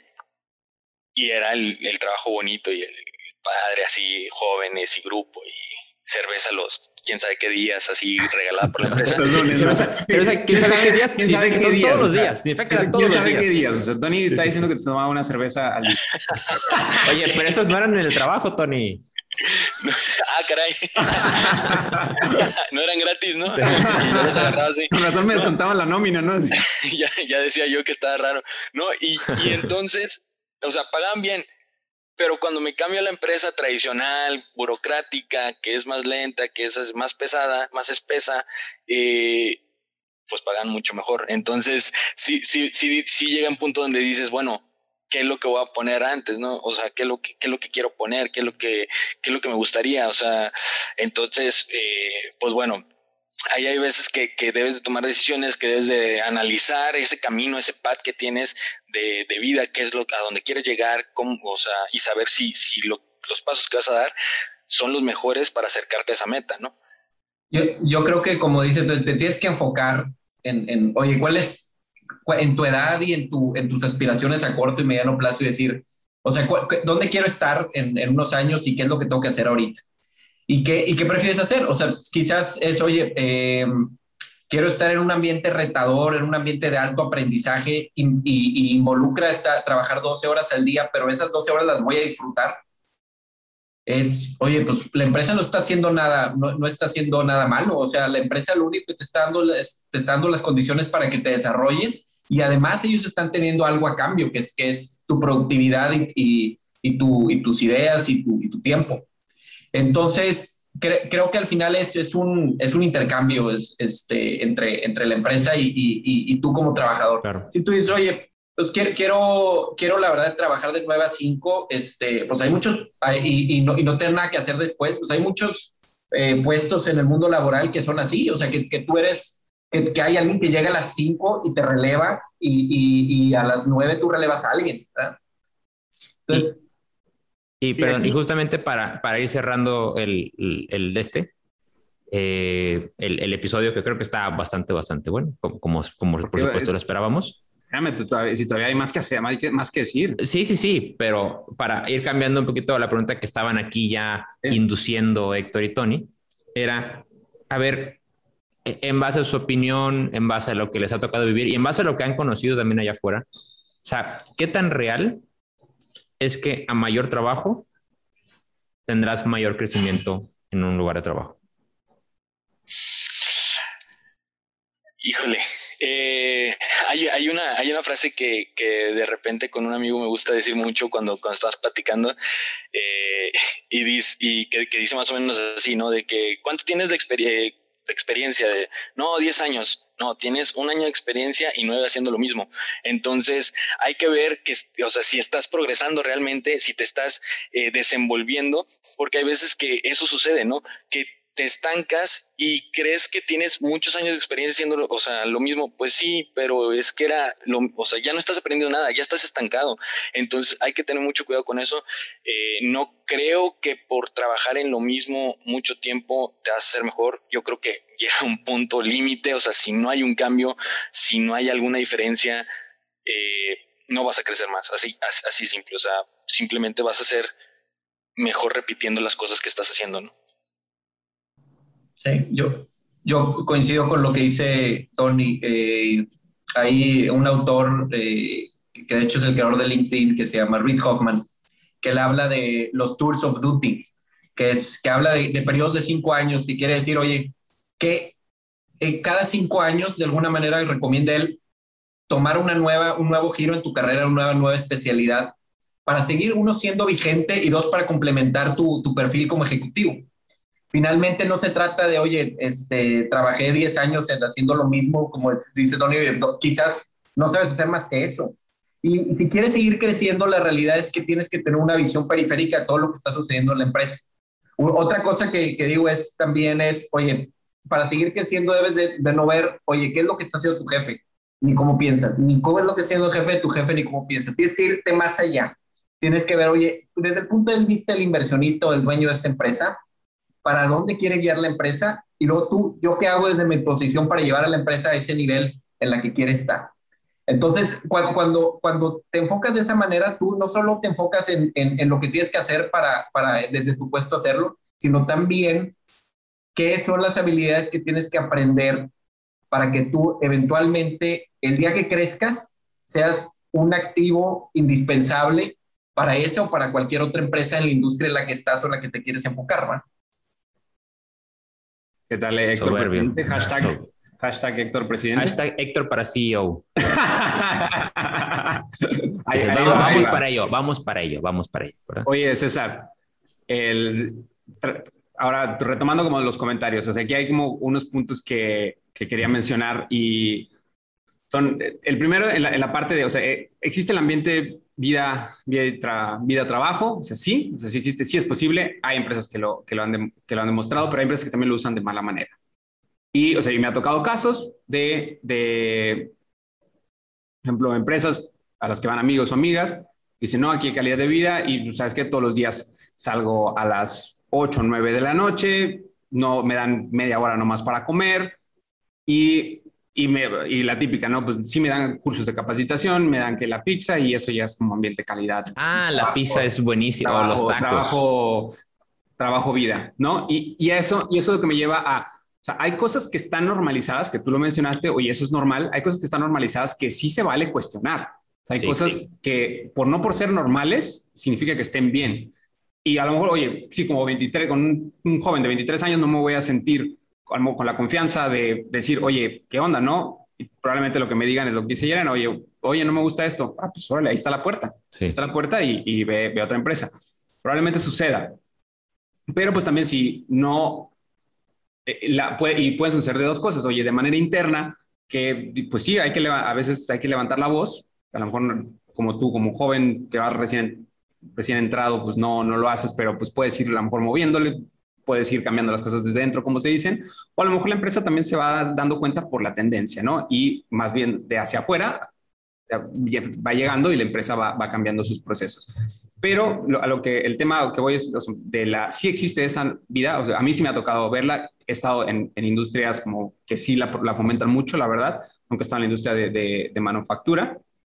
y era el, el trabajo bonito y el padre así, jóvenes y grupo y cerveza los quién sabe qué días así regalada por la empresa. cerveza, cerveza, ¿quién sabe qué días? ¿Quién sabe que son todos los días? ¿Quién sabe qué días? O sea, Tony está diciendo que te tomaba una cerveza al día. Oye, pero esos no eran en el trabajo, Tony. No, ah, caray. No eran gratis, ¿no? Sí. No los agarraba así. Con razón me descontaban la nómina, ¿no? Sí. ya, ya decía yo que estaba raro. No, y, y entonces, o sea, pagaban bien. Pero cuando me cambio a la empresa tradicional, burocrática, que es más lenta, que es más pesada, más espesa, eh, pues pagan mucho mejor. Entonces, sí, sí, sí, sí llega un punto donde dices, bueno, ¿qué es lo que voy a poner antes, no? O sea, ¿qué es lo que, qué es lo que quiero poner? ¿Qué es lo que, qué es lo que me gustaría? O sea, entonces, eh, pues bueno, ahí hay veces que, que debes de tomar decisiones, que debes de analizar ese camino, ese path que tienes de, de vida, qué es lo a dónde quieres llegar, cómo, o sea, y saber si, si lo, los pasos que vas a dar son los mejores para acercarte a esa meta, ¿no? Yo, yo creo que, como dices, te, te tienes que enfocar en, en, oye, ¿cuál es, cuál, en tu edad y en, tu, en tus aspiraciones a corto y mediano plazo y decir, o sea, ¿cuál, ¿dónde quiero estar en, en unos años y qué es lo que tengo que hacer ahorita? ¿Y qué, ¿Y qué prefieres hacer? O sea, quizás es, oye, eh, quiero estar en un ambiente retador, en un ambiente de alto aprendizaje y, y, y involucra esta, trabajar doce horas al día, pero esas doce horas las voy a disfrutar. Es, oye, pues la empresa no está haciendo nada, no, no está haciendo nada malo. O sea, la empresa lo único que te está dando es, te está dando las condiciones para que te desarrolles y además ellos están teniendo algo a cambio, que es, que es tu productividad y, y, y, tu, y tus ideas y tu, y tu tiempo. Entonces, cre, creo que al final es, es, un, es un intercambio es, este, entre, entre la empresa y, y, y, y tú como trabajador. Claro. Si tú dices, oye, pues quiero, quiero, quiero la verdad trabajar de nueve a cinco, este, pues hay muchos, hay, y, y, no, y no tener nada que hacer después, pues hay muchos eh, puestos en el mundo laboral que son así, o sea, que, que tú eres, que, que hay alguien que llega a las cinco y te releva y, y, y a las nueve tú relevas a alguien, ¿verdad? Entonces... Y, y, perdón, y justamente para, para ir cerrando el, el, el de este, eh, el, el episodio que creo que está bastante, bastante bueno, como, como, como por supuesto lo esperábamos. Déjame, todavía, si todavía hay más que hacer, más que, más que decir. Sí, sí, sí, pero para ir cambiando un poquito la pregunta que estaban aquí ya sí. induciendo Héctor y Tony, era, a ver, en base a su opinión, en base a lo que les ha tocado vivir y en base a lo que han conocido también allá afuera, o sea, ¿qué tan real es que a mayor trabajo tendrás mayor crecimiento en un lugar de trabajo? Híjole, eh, hay, hay, una, hay una frase que, que de repente con un amigo me gusta decir mucho cuando, cuando estás platicando eh, y, dice, y que, que dice más o menos así, ¿no? De que, ¿cuánto tienes de, exper de experiencia? De, no, diez años. No, tienes un año de experiencia y nueve haciendo lo mismo. Entonces hay que ver que, o sea, si estás progresando realmente, si te estás eh, desenvolviendo, porque hay veces que eso sucede, ¿no? Que te estancas y crees que tienes muchos años de experiencia haciendo, o sea, lo mismo. Pues sí, pero es que era, lo, o sea, ya no estás aprendiendo nada, ya estás estancado. Entonces hay que tener mucho cuidado con eso. Eh, no creo que por trabajar en lo mismo mucho tiempo te vas a hacer mejor. Yo creo que llega un punto límite, o sea, si no hay un cambio, si no hay alguna diferencia, eh, no vas a crecer más. Así, así, así simple, o sea, simplemente vas a ser mejor repitiendo las cosas que estás haciendo, ¿no? Sí, yo, yo coincido con lo que dice Tony. Eh, hay un autor eh, que de hecho es el creador de LinkedIn, que se llama Reid Hoffman, que él habla de los tours of duty, que, es, que habla de, de periodos de cinco años, que quiere decir, oye, que eh, cada cinco años, de alguna manera, recomienda él tomar una nueva, un nuevo giro en tu carrera, una nueva, nueva especialidad, para seguir, uno, siendo vigente y dos, para complementar tu, tu perfil como ejecutivo. Finalmente no se trata de, oye, este, trabajé diez años haciendo lo mismo, como dice Tony, quizás no sabes hacer más que eso. Y, y si quieres seguir creciendo, la realidad es que tienes que tener una visión periférica de todo lo que está sucediendo en la empresa. U otra cosa que, que digo es también es, oye, para seguir creciendo debes de, de no ver, oye, ¿qué es lo que está haciendo tu jefe? Ni cómo piensa, ni cómo es lo que está haciendo el jefe de tu jefe, ni cómo piensa. Tienes que irte más allá. Tienes que ver, oye, desde el punto de vista del inversionista o del dueño de esta empresa, para dónde quiere guiar la empresa y luego tú, yo qué hago desde mi posición para llevar a la empresa a ese nivel en la que quiere estar. Entonces, cuando, cuando, cuando te enfocas de esa manera, tú no solo te enfocas en, en, en lo que tienes que hacer para, para desde tu puesto hacerlo, sino también qué son las habilidades que tienes que aprender para que tú eventualmente, el día que crezcas, seas un activo indispensable para esa o para cualquier otra empresa en la industria en la que estás o en la que te quieres enfocar, ¿no? ¿Qué tal, Héctor Soberbio. Presidente? Hashtag, hashtag Héctor Presidente. Hashtag Héctor para C E O. ahí, ahí vamos, va, vamos ahí para ello, vamos para ello, vamos para ello. ¿verdad? Oye, César, el, ahora retomando como los comentarios, o sea, aquí hay como unos puntos que, que quería mencionar y son, el primero en la, en la parte de, o sea, existe el ambiente vida, vida, tra, vida trabajo, o sea, sí, o sea, sí existe, sí es posible, hay empresas que lo, que, lo han de, que lo han demostrado, pero hay empresas que también lo usan de mala manera. Y, o sea, y me ha tocado casos de, de, por ejemplo, empresas a las que van amigos o amigas, dicen, no, aquí hay calidad de vida y, ¿sabes qué? Todos los días salgo a las ocho o nueve de la noche, no me dan media hora nomás para comer y... Y, me, y la típica, ¿no? Pues sí me dan cursos de capacitación, me dan que la pizza y eso ya es como ambiente calidad. Ah, la trabajo, pizza es buenísima. Trabajo, o los tacos. Trabajo, trabajo vida, ¿no? Y, y, eso, y eso es lo que me lleva a, O sea, hay cosas que están normalizadas, que tú lo mencionaste, oye, eso es normal. Hay cosas que están normalizadas que sí se vale cuestionar. O sea, hay sí, cosas sí. que por no por ser normales significa que estén bien. Y a lo mejor, oye, sí, como veintitrés, con un, un joven de veintitrés años no me voy a sentir con, con la confianza de decir, oye, ¿qué onda, no? Y probablemente lo que me digan es lo que dice Yerena, oye, oye, no me gusta esto. Ah, pues órale, ahí está la puerta. Sí. Ahí está la puerta y, y ve, ve a otra empresa. Probablemente suceda. Pero pues también si no... La, puede, y pueden suceder de dos cosas, oye, de manera interna, que pues sí, hay que a veces hay que levantar la voz, a lo mejor como tú, como joven que vas recién, recién entrado, pues no, no lo haces, pero pues puedes ir a lo mejor moviéndole, puedes ir cambiando las cosas desde dentro, como se dicen, o a lo mejor la empresa también se va dando cuenta por la tendencia, ¿no? Y más bien de hacia afuera va llegando y la empresa va, va cambiando sus procesos. Pero lo, a lo que el tema que voy es de la, sí existe esa vida, o sea, a mí sí me ha tocado verla, he estado en, en industrias como que sí la, la fomentan mucho, la verdad, aunque he estado en la industria de, de, de manufactura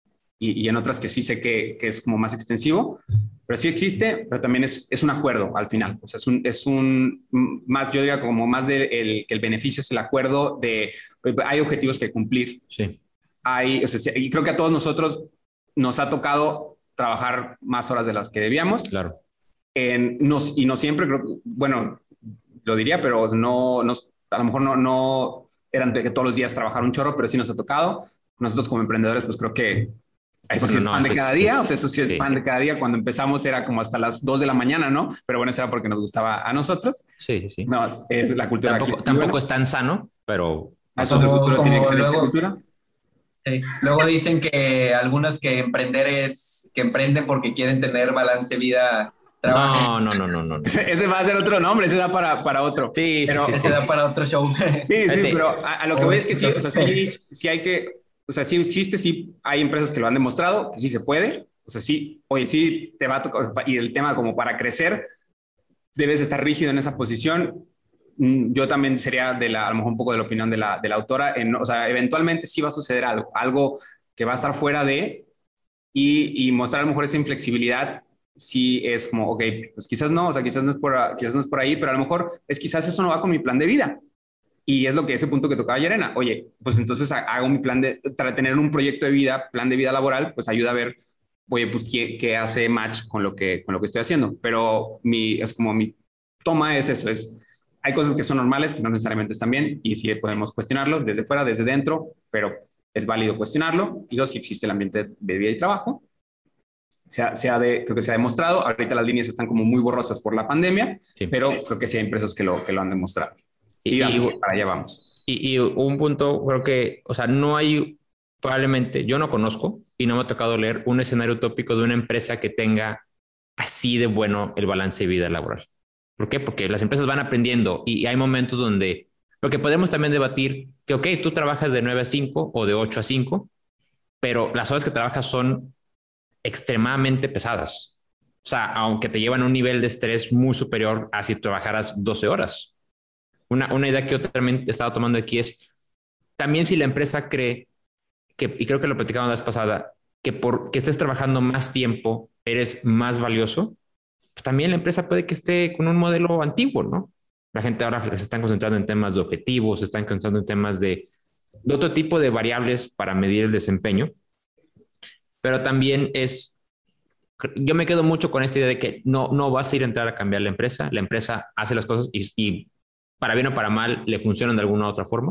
y, y en otras que sí sé que, que es como más extensivo, pero sí existe, pero también es, es un acuerdo al final, o sea, es un, es un más, yo diría como más de el, que el beneficio es el acuerdo de, hay objetivos que cumplir. Sí. Hay, o sea, y creo que a todos nosotros nos ha tocado trabajar más horas de las que debíamos. Claro. En, nos, y no siempre, creo, bueno, lo diría, pero no, nos, a lo mejor no, no eran de que todos los días trabajar un chorro, pero sí nos ha tocado. Nosotros como emprendedores, pues creo que eso bueno, sí es no, pan de cada es, día. O sea, eso sí es sí. pan de cada día. Cuando empezamos era como hasta las dos de la mañana, ¿no? Pero bueno, eso era porque nos gustaba a nosotros. Sí, sí, sí. No, es la cultura. Tampoco, aquí. tampoco Bueno, es tan sano, pero... Eso como, futuro tiene que ser luego, cultura. Sí. Luego dicen que algunos que emprender es que emprenden porque quieren tener balance vida trabajo. No, no, no, no, no. Ese, ese va a ser otro nombre, ese da para, para otro. Sí, pero sí, sí, ese sí. da para otro show. Sí, sí, pero a, a lo que voy es que sí, o sea, sí, sí hay que, o sea, sí existe, sí hay empresas que lo han demostrado, que sí se puede, o sea, sí, oye, sí te va a tocar, y el tema como para crecer, debes estar rígido en esa posición. Yo también sería de la, a lo mejor un poco de la opinión de la, de la autora, en, o sea, eventualmente sí va a suceder algo, algo que va a estar fuera de, y, y mostrar a lo mejor esa inflexibilidad, sí es como, ok, pues quizás no, o sea, quizás no es por, quizás no es por ahí, pero a lo mejor es quizás eso no va con mi plan de vida. Y es lo que ese punto que tocaba Yerena, oye, pues entonces hago mi plan de, para tener un proyecto de vida, plan de vida laboral, pues ayuda a ver, oye, pues qué, qué hace match con lo que, con lo que estoy haciendo. Pero mi, es como mi toma es eso, es... Hay cosas que son normales, que no necesariamente están bien, y sí podemos cuestionarlo desde fuera, desde dentro, pero es válido cuestionarlo. Y dos, si existe el ambiente de vida y trabajo, se ha, se ha de, creo que se ha demostrado. Ahorita las líneas están como muy borrosas por la pandemia, sí. pero creo que sí hay empresas que lo, que lo han demostrado. Y, y así, y, para allá vamos. Y, y un punto, creo que, o sea, no hay, probablemente, yo no conozco, y no me ha tocado leer un escenario utópico de una empresa que tenga así de bueno el balance de vida laboral. ¿Por qué? Porque las empresas van aprendiendo y hay momentos donde, porque podemos también debatir que, ok, tú trabajas de nueve a cinco o de ocho a cinco, pero las horas que trabajas son extremadamente pesadas. O sea, aunque te llevan a un nivel de estrés muy superior a si trabajaras doce horas. Una, una idea que yo también he estado tomando aquí es, también si la empresa cree que, y creo que lo platicamos la vez pasada, que porque estés trabajando más tiempo eres más valioso, pues también la empresa puede que esté con un modelo antiguo, ¿no? La gente ahora se está concentrando en temas de objetivos, se están concentrando en temas de, de otro tipo de variables para medir el desempeño. Pero también es, yo me quedo mucho con esta idea de que no, no vas a ir a entrar a cambiar la empresa. La empresa hace las cosas y, y para bien o para mal le funcionan de alguna u otra forma.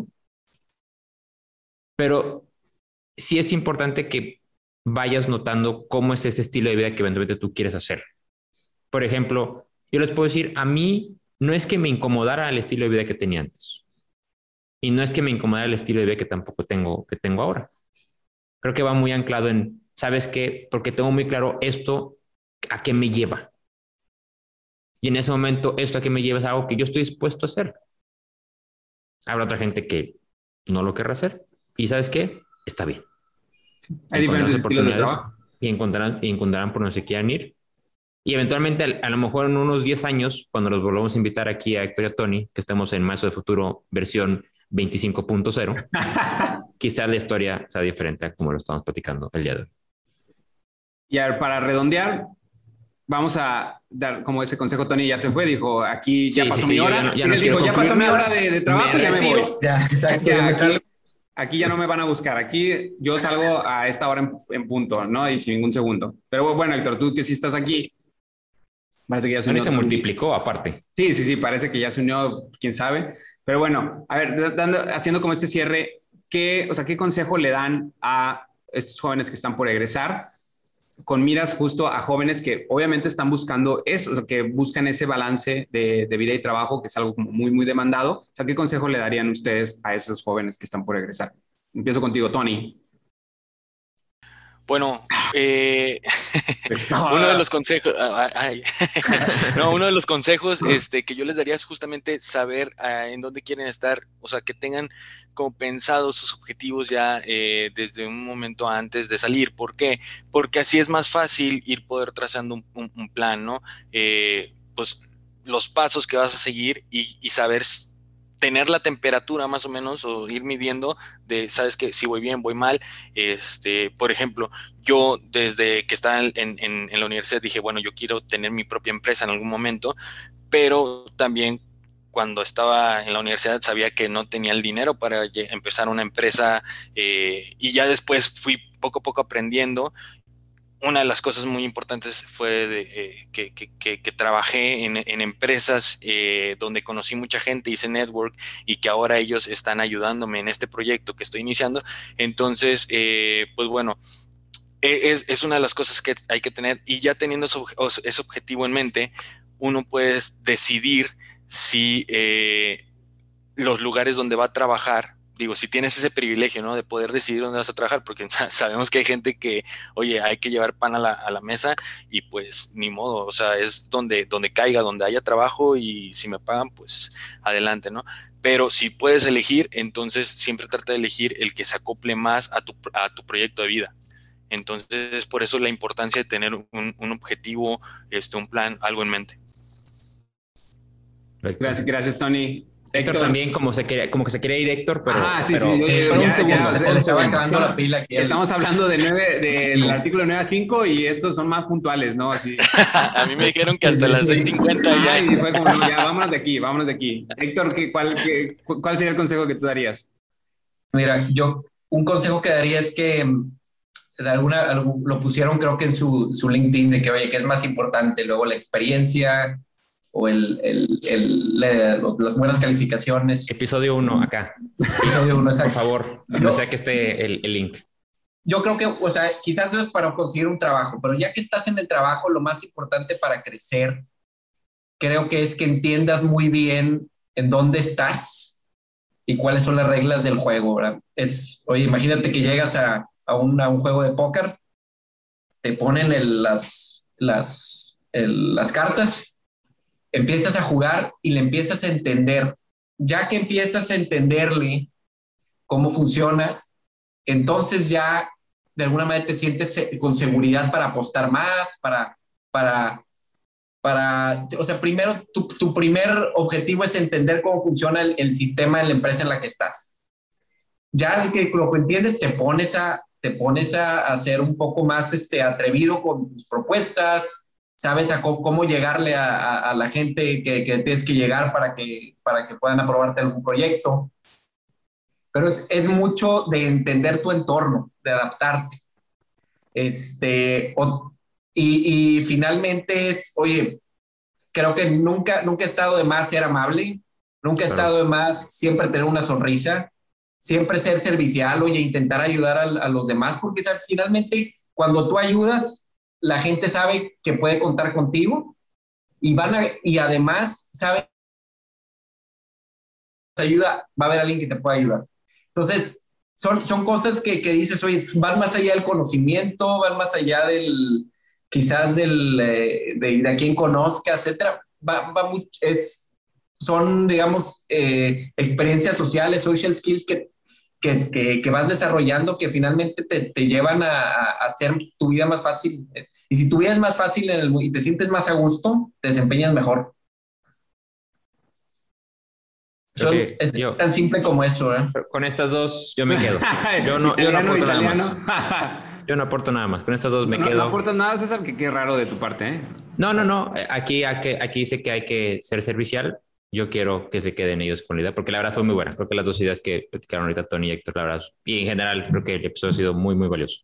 Pero sí es importante que vayas notando cómo es ese estilo de vida que eventualmente tú quieres hacer. Por ejemplo, yo les puedo decir, a mí no es que me incomodara el estilo de vida que tenía antes. Y no es que me incomodara el estilo de vida que tampoco tengo, que tengo ahora. Creo que va muy anclado en, ¿sabes qué? Porque tengo muy claro esto a qué me lleva. Y en ese momento, esto a qué me lleva es algo que yo estoy dispuesto a hacer. Habrá otra gente que no lo querrá hacer. Y ¿sabes qué? Está bien. Sí. Hay diferentes estilos de trabajo. Y encontrarán, y encontrarán por donde se quieran ir. Y eventualmente, a lo mejor en unos diez años, cuando los volvamos a invitar aquí a Héctor y a Tony, que estemos en Maestros del Futuro versión veinticinco punto cero, quizás la historia sea diferente a como lo estamos platicando el día de hoy. Y a ver, para redondear, vamos a dar como ese consejo. Tony ya se fue, dijo, aquí ya Sí, pasó sí, mi sí, hora. ya no- ya Y no él quiero dijo, ya pasó mi concluir hora de, de trabajo, Me ya me voy. retiro. Ya, exacto. Ya, me aquí, salgo. aquí ya no me van a buscar. Aquí yo salgo a esta hora en, en punto, ¿no? Y sin ningún segundo. Pero bueno, Héctor, tú que sí estás aquí, parece que ya se Tony unió. se multiplicó aparte. Sí, sí, sí, parece que ya se unió, quién sabe. Pero bueno, a ver, dando, haciendo como este cierre, ¿qué, o sea, ¿qué consejo le dan a estos jóvenes que están por egresar con miras justo a jóvenes que obviamente están buscando eso, o sea, que buscan ese balance de, de vida y trabajo, que es algo como muy, muy demandado? O sea, ¿qué consejo le darían ustedes a esos jóvenes que están por egresar? Empiezo contigo, Tony. Bueno, eh, uno de los consejos, ah, ay, no, uno de los consejos este, que yo les daría es justamente saber uh, en dónde quieren estar, o sea, que tengan como pensados sus objetivos ya eh, desde un momento antes de salir. ¿Por qué? Porque así es más fácil ir poder trazando un, un, un plan, ¿no? Eh, pues los pasos que vas a seguir y, y saber tener la temperatura más o menos o ir midiendo de, sabes que si voy bien, voy mal. Este, por ejemplo, yo desde que estaba en, en, en la universidad dije, bueno, yo quiero tener mi propia empresa en algún momento, pero también cuando estaba en la universidad sabía que no tenía el dinero para empezar una empresa eh, y ya después fui poco a poco aprendiendo. Una de las cosas muy importantes fue de, eh, que, que, que, que trabajé en, en empresas eh, donde conocí mucha gente, hice network y que ahora ellos están ayudándome en este proyecto que estoy iniciando. Entonces, eh, pues bueno, es, es una de las cosas que hay que tener, y ya teniendo ese, ese objetivo en mente, uno puede decidir si eh, los lugares donde va a trabajar, digo, si tienes ese privilegio, ¿no? De poder decidir dónde vas a trabajar, porque sabemos que hay gente que, oye, hay que llevar pan a la, a la mesa y pues ni modo, o sea, es donde, donde caiga, donde haya trabajo y si me pagan, pues adelante, ¿no? Pero si puedes elegir, entonces siempre trata de elegir el que se acople más a tu, a tu proyecto de vida. Entonces, por eso la importancia de tener un, un objetivo, este, un plan, algo en mente. Gracias, gracias, Tony. Héctor, Héctor también como, se quería, como que se quería ir Héctor, pero, ah, sí, pero, sí, oye, pero ya, un segundo. Ya, se le estaba acabando la pila aquí. Estamos hablando de nueve, del artículo nueve a cinco y estos son más puntuales, ¿no? Así. A mí me dijeron que hasta las seis cincuenta ya. Ay, fue como, no, ya, vámonos de aquí, vámonos de aquí. Héctor, ¿qué, cuál, qué, ¿cuál sería el consejo que tú darías? Mira, yo un consejo que daría es que de alguna, lo pusieron creo que en su, su LinkedIn, de que, oye, ¿qué es más importante? Luego la experiencia o el, el, el, el, las buenas calificaciones. Episodio uno, acá. Episodio uno, exacto. Por favor, no sea que esté el, el link. Yo creo que, o sea, quizás no es para conseguir un trabajo, pero ya que estás en el trabajo, lo más importante para crecer, creo que es que entiendas muy bien en dónde estás y cuáles son las reglas del juego, ¿verdad? Es, oye, imagínate que llegas a, a, un, a un juego de póker, te ponen el, las, las, el, las cartas, empiezas a jugar y le empiezas a entender. Ya que empiezas a entenderle cómo funciona, entonces ya de alguna manera te sientes con seguridad para apostar más, para, para, para, o sea, primero tu, tu primer objetivo es entender cómo funciona el, el sistema de la empresa en la que estás. Ya que lo entiendes, te pones a, te pones a, a ser un poco más este, atrevido con tus propuestas, sabes a cómo, cómo llegarle a, a, a la gente que, que tienes que llegar para que, para que puedan aprobarte algún proyecto. Pero es, es mucho de entender tu entorno, de adaptarte. Este, o, y, y finalmente es, oye, creo que nunca, nunca he estado de más ser amable, nunca he claro. estado de más siempre tener una sonrisa, siempre ser servicial, oye, intentar ayudar a, a los demás, porque o sea, finalmente cuando tú ayudas, la gente sabe que puede contar contigo y, van a, y además sabe que ayuda, va a haber alguien que te pueda ayudar. Entonces, son, son cosas que, que dices, oye, van más allá del conocimiento, van más allá del, quizás del, eh, de, de a quién conozca, etcétera. Va, va muy, es, son, digamos, eh, experiencias sociales, social skills que, que, que, que vas desarrollando que finalmente te, te llevan a, a hacer tu vida más fácil. Y si tu vida es más fácil en el, y te sientes más a gusto, te desempeñas mejor. Son, es yo, tan simple como eso, ¿eh? Con estas dos yo me quedo. Yo no, yo no aporto nada más. Yo no aporto nada más. Con estas dos me no, quedo. No aportas nada, César, que qué raro de tu parte, ¿eh? No, no, no. Aquí, aquí, aquí dice que hay que ser servicial. Yo quiero que se queden ellos con la idea, porque la verdad fue muy buena. Creo que las dos ideas que platicaron ahorita Tony y Héctor, la verdad, y en general creo que el episodio ha sido muy, muy valioso.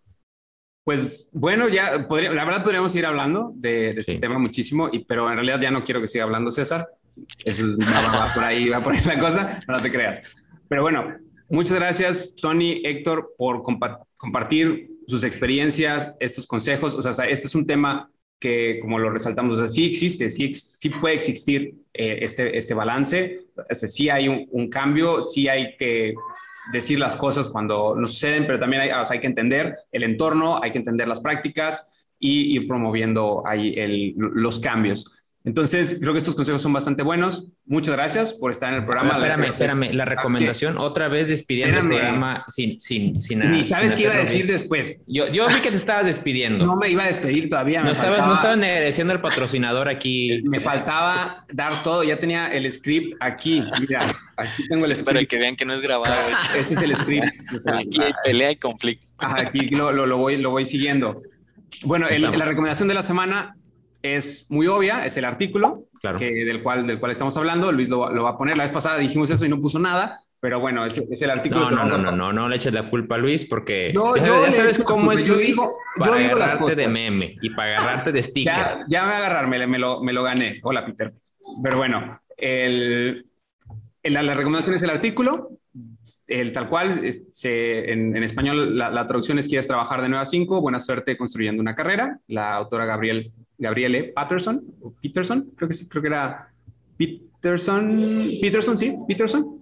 Pues bueno, ya podría, la verdad podríamos ir hablando de, de este Sí. tema muchísimo, y, pero en realidad ya no quiero que siga hablando César. Eso es- va, va por ahí, va por ahí la cosa, no te creas. Pero bueno, muchas gracias Tony, Héctor, por compa- compartir sus experiencias, estos consejos. O sea, este es un tema que, como lo resaltamos, o sea, sí existe, sí, sí puede existir eh, este, este balance. O sea, sí hay un, un cambio, sí hay que decir las cosas cuando nos suceden, pero también hay, o sea, hay que entender el entorno, hay que entender las prácticas y ir promoviendo ahí el, los cambios. Entonces, creo que estos consejos son bastante buenos. Muchas gracias por estar en el programa. Espérame, espérame. La recomendación, otra vez despidiendo Espérame. el programa sin, sin, sin Ni sabes sin qué iba a hacerlo decir bien. después. Yo, yo vi que te estabas despidiendo. No me iba a despedir todavía. No me estabas, faltaba- no estabas agradeciendo al patrocinador aquí. Me faltaba dar todo. Ya tenía el script aquí. Mira, aquí tengo el Es para script. que vean que no es grabado. esto. Este es el script. Este es el- Aquí hay pelea y conflicto. Ajá, aquí lo, lo, lo voy, lo voy siguiendo. Bueno, el- Estamos. la recomendación de la semana es muy obvia, es el artículo Claro. que, del, cual, del cual estamos hablando. Luis lo, lo va a poner. La vez pasada dijimos eso y no puso nada, pero bueno, es, es el artículo. No, que no, vamos no, a- no, no, no le eches la culpa a Luis porque Yo- ya, yo ya le sabes echo la cómo culpa. es Yo Luis digo- yo para digo las agarrarte de cosas. meme y para agarrarte de sticker. Ya, ya me voy a agarrar, me, me lo, me lo gané. Hola, Peter. Pero bueno, el, el- la, la recomendación es el artículo, el tal cual, eh, se, en, en español la, la traducción es: quieres trabajar de nueve a cinco, buena suerte construyendo una carrera. La autora Gabriel, Gabriele Patterson, o Peterson, creo que sí, creo que era Peterson, Peterson, sí, Peterson.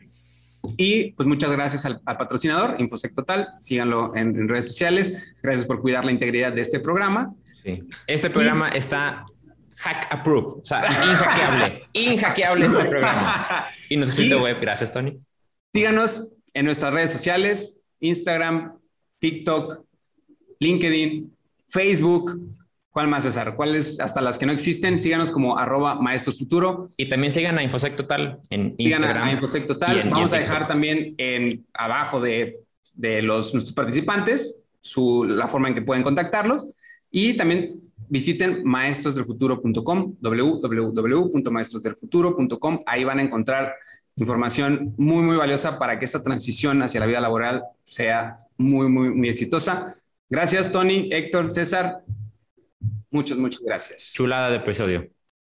Y pues muchas gracias al, al patrocinador, Infosec Total. Síganlo en, en redes sociales. Gracias por cuidar la integridad de este programa. Sí. Este programa está hack approved, o sea, inhackeable, inhackeable este programa. Y nuestro sitio Y- web, gracias Tony. Síganos en nuestras redes sociales: Instagram, TikTok, LinkedIn, Facebook. ¿Cuál más, César? ¿Cuáles? Hasta las que no existen. Síganos como arroba Maestros Futuro. Y también sigan a Infosec Total en Sigan Instagram. a Infosec Total. y en- y en Vamos a TikTok. dejar también en, abajo de, de los, nuestros participantes su, la forma en que pueden contactarlos. Y también visiten maestros del futuro punto com, w w w punto maestros del futuro punto com. Ahí van a encontrar información muy, muy valiosa para que esta transición hacia la vida laboral sea muy, muy, muy exitosa. Gracias, Tony, Héctor, César. Muchas, muchas gracias. Chulada de episodio.